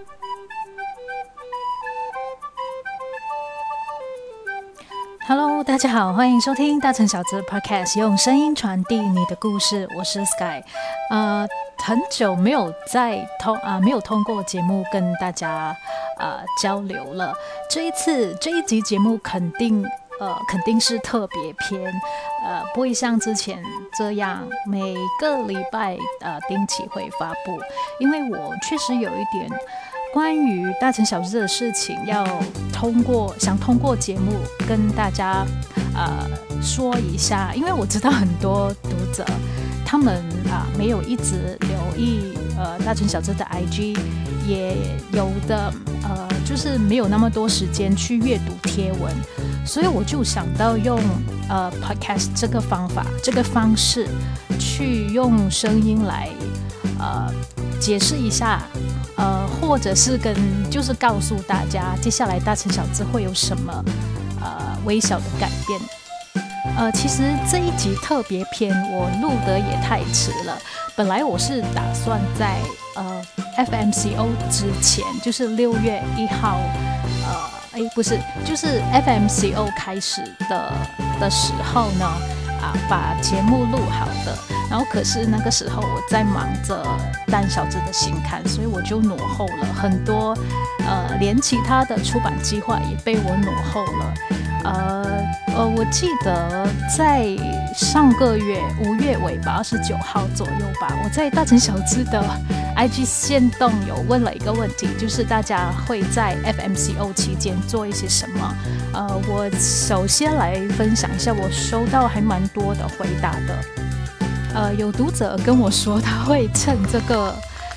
Hello， 大家好，欢迎收听大城小子 Podcast， 用声音传递你的故事。我是 Sky，很久没有没有通过节目跟大家交流了。这一集节目肯定是特别篇，不会像之前这样每个礼拜定期会发布，因为我确实有一点关于大城小子的事情要想通过节目跟大家说一下，因为我知道很多读者他们没有一直留意大城小子的 IG， 也有的就是没有那么多时间去阅读贴文，所以我就想到用podcast 这个方式去用声音来解释一下，或者是就是告诉大家接下来大城小子会有什么微小的改变。其实这一集特别篇我录得也太迟了，本来我是打算在FMCO 之前，就是6月1号不是，就是 FMCO 开始的时候呢把节目录好的，然后可是那个时候我在忙着蛋小子的新刊，所以我就挪后了很多，连其他的出版计划也被我挪后了。我记得在上个月5月尾巴29号左右吧，我在大城小子的 IG 限动有问了一个问题，就是大家会在 FMCO 期间做一些什么。我首先来分享一下，我收到还蛮多的回答的。有读者跟我说他会趁这个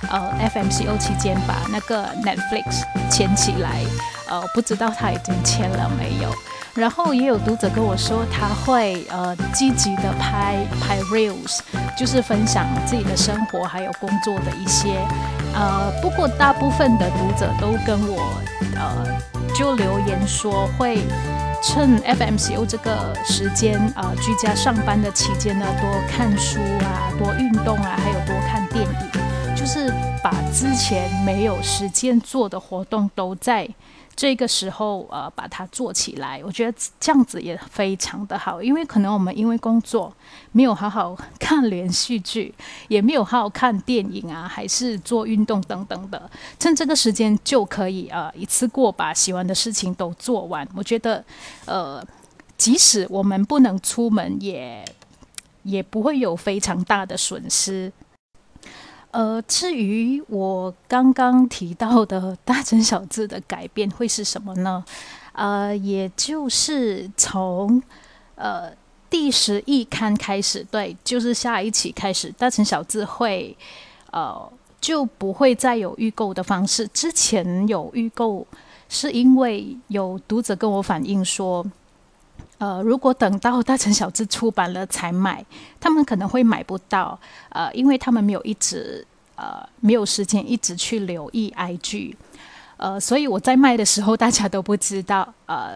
FMCO 期间把那个 Netflix 签起来，不知道他已经签了没有。然后也有读者跟我说他会积极的拍 Reels， 就是分享自己的生活还有工作的一些，不过大部分的读者都跟我就留言说会趁 FMCO 这个时间居家上班的期间呢，多看书多运动还有多看电影，就是把之前没有时间做的活动都在这个时候把它做起来。我觉得这样子也非常的好，因为可能我们因为工作没有好好看连续剧，也没有好好看电影还是做运动等等的，趁这个时间就可以一次过把喜欢的事情都做完。我觉得即使我们不能出门也不会有非常大的损失。至于我刚刚提到的大城小子的改变会是什么呢？也就是从第11刊开始，对，就是下一期开始，大城小子会就不会再有预购的方式。之前有预购是因为有读者跟我反映说，如果等到大城小子出版了才买，他们可能会买不到，因为他们没有时间一直去留意 IG，所以我在卖的时候大家都不知道，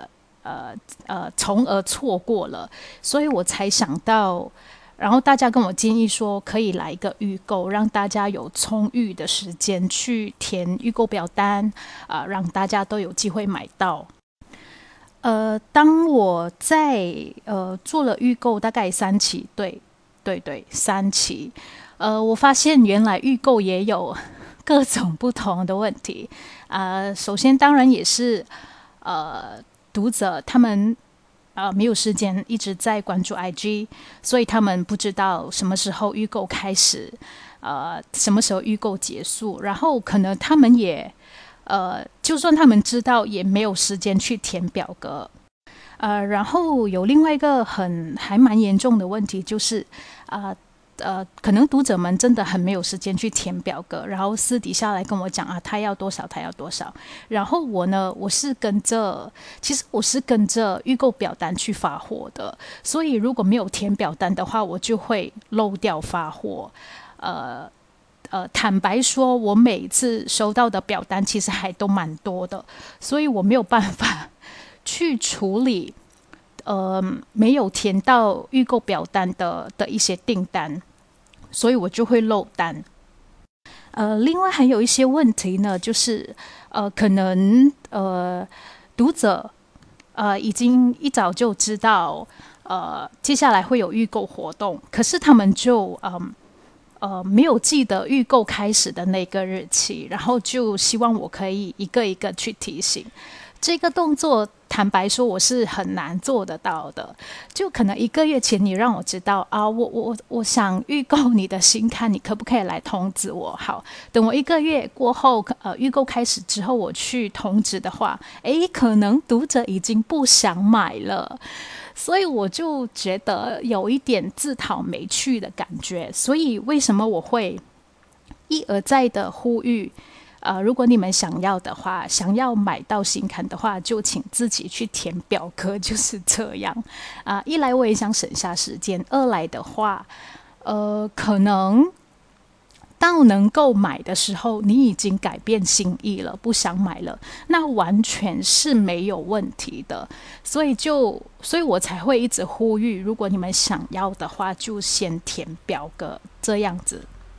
从而错过了，所以我才想到，然后大家跟我建议说可以来一个预购，让大家有充裕的时间去填预购表单，让大家都有机会买到。当我在做了预购大概3期，对3期，我发现原来预购也有各种不同的问题。首先当然也是读者他们没有时间一直在关注 IG， 所以他们不知道什么时候预购开始，什么时候预购结束，然后可能他们也就算他们知道也没有时间去填表格。然后有另外一个还蛮严重的问题，就是可能读者们真的很没有时间去填表格，然后私底下来跟我讲他要多少，然后我呢，其实我是跟着预购表单去发货的，所以如果没有填表单的话，我就会漏掉发货。坦白说，我每次收到的表单其实还都蛮多的，所以我没有办法去处理没有填到预购表单的一些订单，所以我就会漏单。 另外还有一些问题呢，就是可能读者已经一早就知道接下来会有预购活动，可是他们就没有记得预购开始的那个日期，然后就希望我可以一个一个去提醒。这个动作坦白说我是很难做得到的，就可能1个月前你让我知道啊，我想预购你的新刊，你可不可以来通知我？好，等我1个月过后，预购开始之后我去通知的话，可能读者已经不想买了。所以我就觉得有一点自讨没趣的感觉，所以为什么我会一而再的呼吁如果你们想要的话，想要买到新刊的话，就请自己去填表格，就是这样一来我也想省下时间，二来的话可能到能够买的时候你已经改变心意了，不想买了，那完全是没有问题的。所以我才会一直呼吁，如果你们想要的话就先填表格这样子。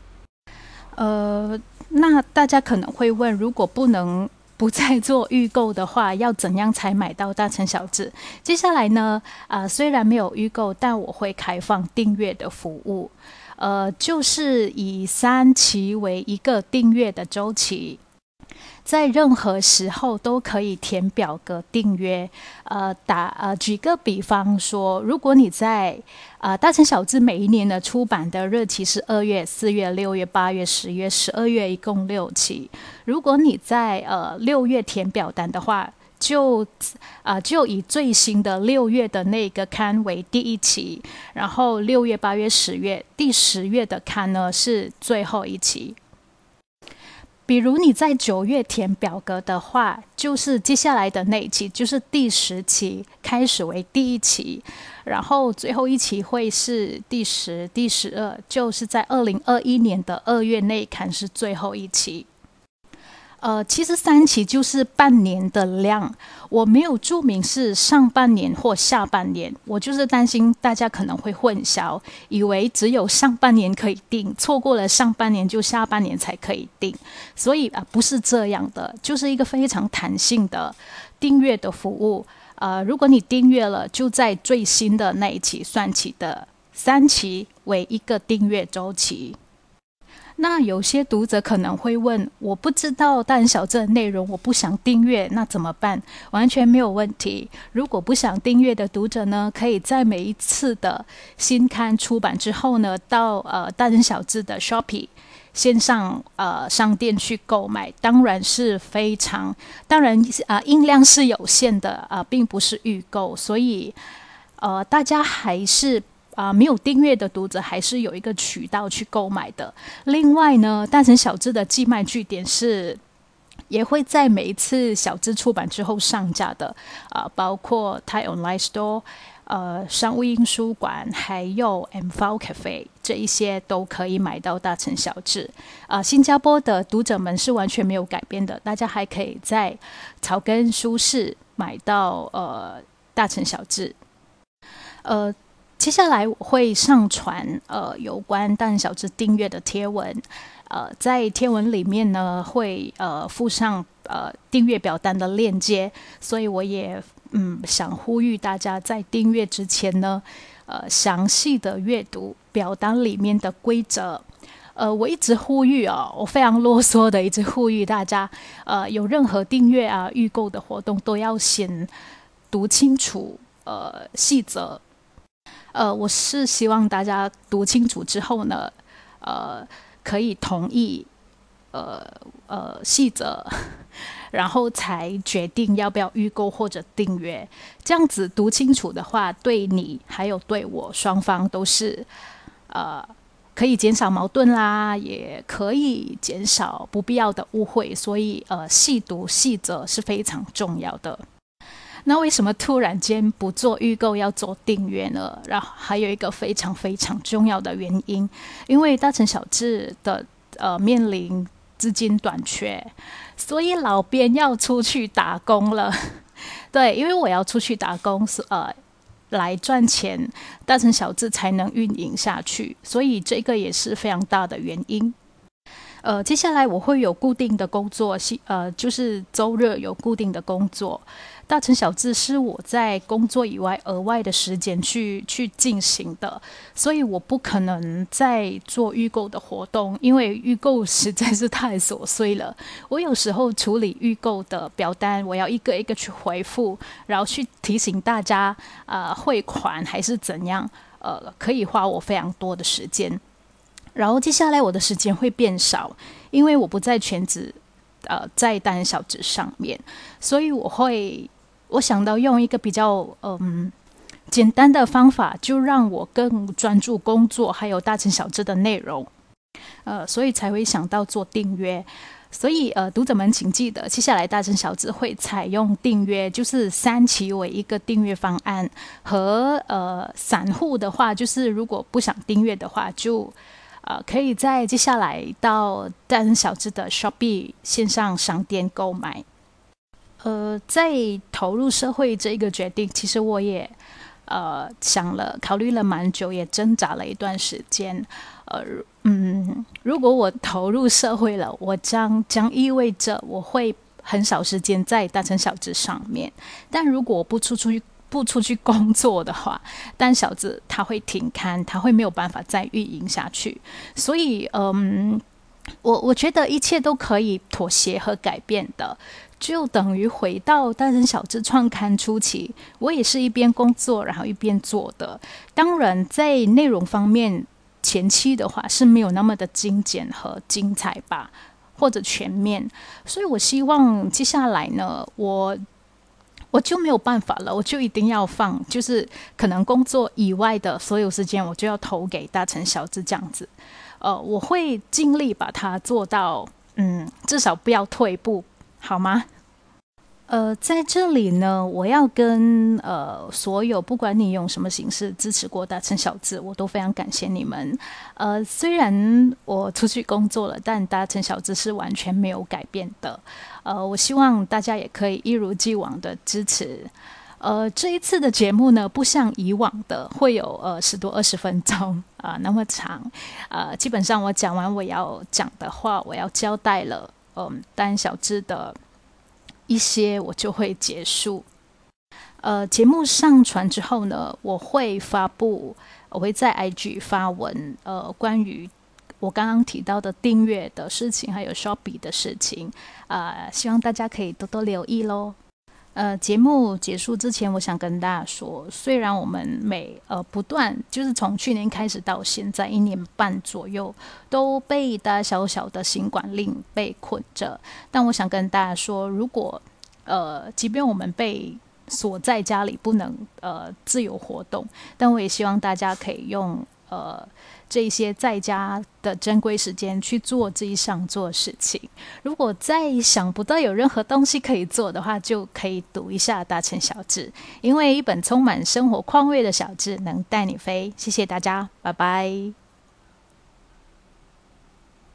那大家可能会问，如果不再做预购的话，要怎样才买到大成小志？接下来呢虽然没有预购，但我会开放订阅的服务，就是以3期为一个订阅的周期，在任何时候都可以填表格订阅。举个比方说，如果你在大成小志每一年的出版的日期是2月、4月、6月、8月、10月、12月，一共6期。如果你在6月填表单的话，就以最新的6月的那个刊为第1期，然后6月、8月、10月，第10月的刊呢是最后1期。比如你在9月填表格的话，就是接下来的那一期，就是第10期开始为第1期，然后最后1期会是第10、第12，就是在2021年的2月那一刊是最后1期。其实3期就是半年的量，我没有注明是上半年或下半年，我就是担心大家可能会混淆，以为只有上半年可以订，错过了上半年就下半年才可以订，所以不是这样的，就是一个非常弹性的订阅的服务。如果你订阅了，就在最新的那一期算起的3期为一个订阅周期。那有些读者可能会问，我不知道大人小志的内容，我不想订阅，那怎么办？完全没有问题。如果不想订阅的读者呢，可以在每一次的新刊出版之后呢，到大人小志的 Shopee 线上商店去购买，当然音量是有限的并不是预购，所以大家还是没有订阅的读者还是有一个渠道去购买的。另外呢，大成小志的寄卖据点也会在每一次小志出版之后上架的包括 Thai Online Store、商务印书馆还有 MFAO Cafe， 这一些都可以买到大成小志。新加坡的读者们是完全没有改变的，大家还可以在草根书市买到大成小志。接下来我会上传有关大成小志订阅的贴文，在贴文里面呢会附上订阅表单的链接，所以我也想呼吁大家在订阅之前呢详细的阅读表单里面的规则。我一直呼吁我非常啰嗦的一直呼吁大家有任何订阅预购的活动都要先读清楚细则。我是希望大家读清楚之后呢可以同意细则，然后才决定要不要预购或者订阅。这样子读清楚的话，对你还有对我双方都是可以减少矛盾啦，也可以减少不必要的误会，所以细读细则是非常重要的。那为什么突然间不做预购要做订阅呢？然后还有一个非常非常重要的原因，因为大成小志的面临资金短缺，所以老编要出去打工了。对，因为我要出去打工来赚钱，大成小志才能运营下去，所以这个也是非常大的原因。 接下来我会有固定的工作，就是周日有固定的工作。大城小志是我在工作以外额外的时间去进行的，所以我不可能再做预购的活动，因为预购实在是太琐碎了。我有时候处理预购的表单，我要一个一个去回复，然后去提醒大家汇款还是怎样，可以花我非常多的时间。然后接下来我的时间会变少，因为我不在全职在大城小志上面，所以我想到用一个比较简单的方法，就让我更专注工作还有大城小志的内容，所以才会想到做订阅。所以读者们请记得，接下来大城小志会采用订阅，就是3期为一个订阅方案，和散户的话，就是如果不想订阅的话，就可以在接下来到大城小志的 Shopee 线上商店购买。在投入社会这一个决定，其实我也考虑了蛮久，也挣扎了一段时间。如果我投入社会了，我将意味着我会很少时间在大城小志上面。但如果我不出去工作的话，大小志它会停刊，它会没有办法再运营下去。所以我觉得一切都可以妥协和改变的，就等于回到大城小志创刊初期，我也是一边工作然后一边做的。当然在内容方面，前期的话是没有那么的精简和精彩吧，或者全面。所以我希望接下来呢，我就没有办法了，我就一定要放，就是可能工作以外的所有时间，我就要投给大城小志这样子。我会尽力把它做到，至少不要退步，好吗？在这里呢，我要跟所有不管你用什么形式支持过大城小志，我都非常感谢你们。虽然我出去工作了，但大城小志是完全没有改变的。我希望大家也可以一如既往的支持。这一次的节目呢，不像以往的会有10多20分钟那么长。基本上我讲完我要讲的话，我要交代了大城小志的一些，我就会结束。节目上传之后呢，我会在 IG 发文，关于我刚刚提到的订阅的事情，还有 Shopee 的事情，希望大家可以多多留意咯。节目结束之前，我想跟大家说，虽然我们不断就是从去年开始到现在1年半左右都被大小小的新管令被困着，但我想跟大家说，如果即便我们被锁在家里不能自由活动，但我也希望大家可以用这些在家的珍贵时间去做自己想做的事情。如果再想不到有任何东西可以做的话，就可以读一下大城小志，因为一本充满生活况味的小志能带你飞。谢谢大家，拜拜。